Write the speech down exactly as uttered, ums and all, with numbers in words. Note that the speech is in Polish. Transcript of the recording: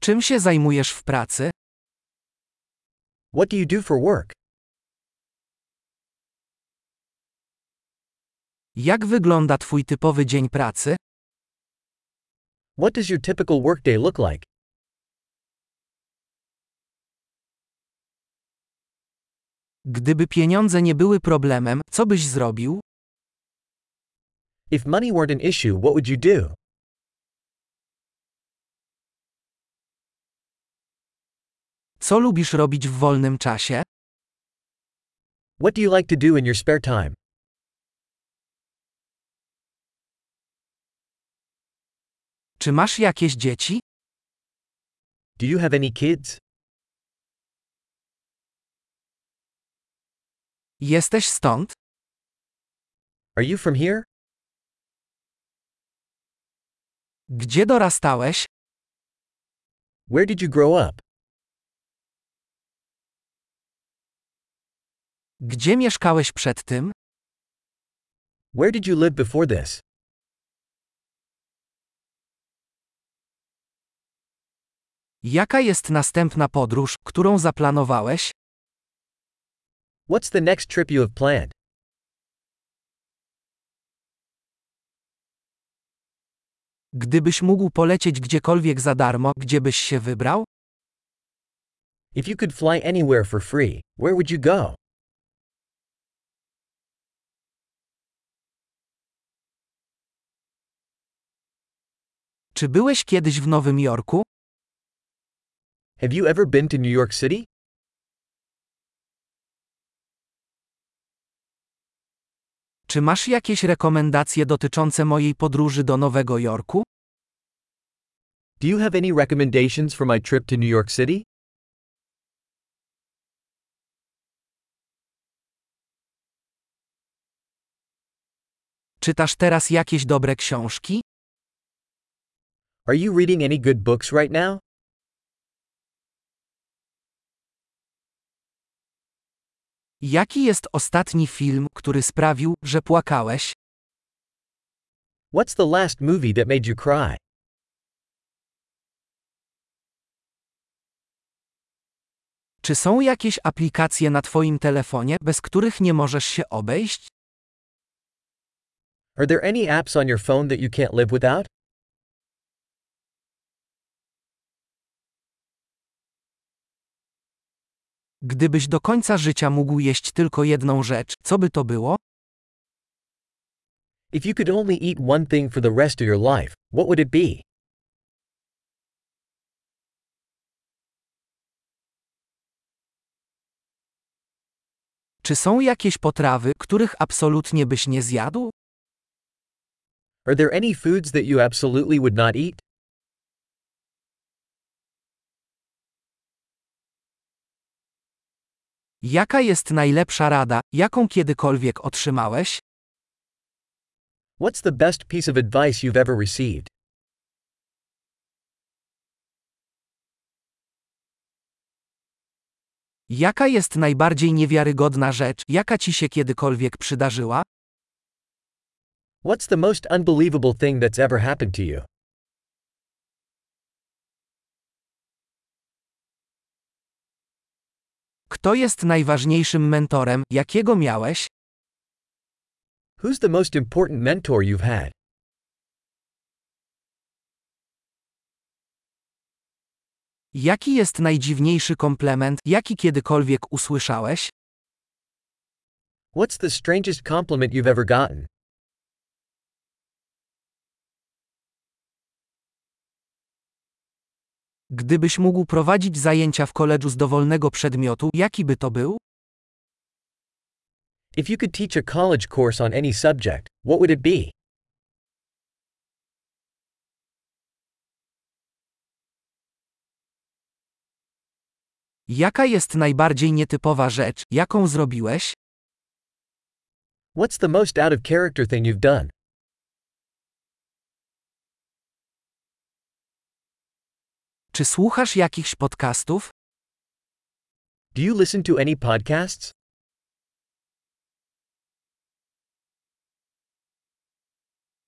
Czym się zajmujesz w pracy? What do you do for work? Jak wygląda twój typowy dzień pracy? What does your typical workday look like? Gdyby pieniądze nie były problemem, co byś zrobił? If money weren't an issue, what would you do? Co lubisz robić w wolnym czasie? What do you like to do in your spare time? Czy masz jakieś dzieci? Do you have any kids? Jesteś stąd? Are you from here? Gdzie dorastałeś? Where did you grow up? Gdzie mieszkałeś przed tym? Where did you live before this? Jaka jest następna podróż, którą zaplanowałeś? What's the next trip you have planned? Gdybyś mógł polecieć gdziekolwiek za darmo, gdzie byś się wybrał? If you could fly anywhere for free, where would you go? Czy byłeś kiedyś w Nowym Jorku? Have you ever been to New York City? Czy masz jakieś rekomendacje dotyczące mojej podróży do Nowego Jorku? Do you have any recommendations for my trip to New York City? Czytasz teraz jakieś dobre książki? Are you reading any good books right now? Jaki jest ostatni film, który sprawił, że płakałeś? What's the last movie that made you cry? Czy są jakieś aplikacje na twoim telefonie, bez których nie możesz się obejść? Are there any apps on your phone that you can't live without? Gdybyś do końca życia mógł jeść tylko jedną rzecz, co by to było? If you could only eat one thing for the rest of your life, what would it be? Czy są jakieś potrawy, których absolutnie byś nie zjadł? Are there any foods that you absolutely would not eat? Jaka jest najlepsza rada, jaką kiedykolwiek otrzymałeś? What's the best piece of advice you've ever received? Jaka jest najbardziej niewiarygodna rzecz, jaka ci się kiedykolwiek przydarzyła? What's the most unbelievable thing that's ever happened to you? Kto jest najważniejszym mentorem, jakiego miałeś? Who's the most important mentor you've had? Jaki jest najdziwniejszy komplement, jaki kiedykolwiek usłyszałeś? What's the strangest compliment you've ever gotten? Gdybyś mógł prowadzić zajęcia w koledżu z dowolnego przedmiotu, jaki by to był? If you could teach a college course on any subject, what would it be? Jaka jest najbardziej nietypowa rzecz, jaką zrobiłeś? What's the most out of character thing you've done? Czy słuchasz jakichś podcastów? Do you listen to any podcasts?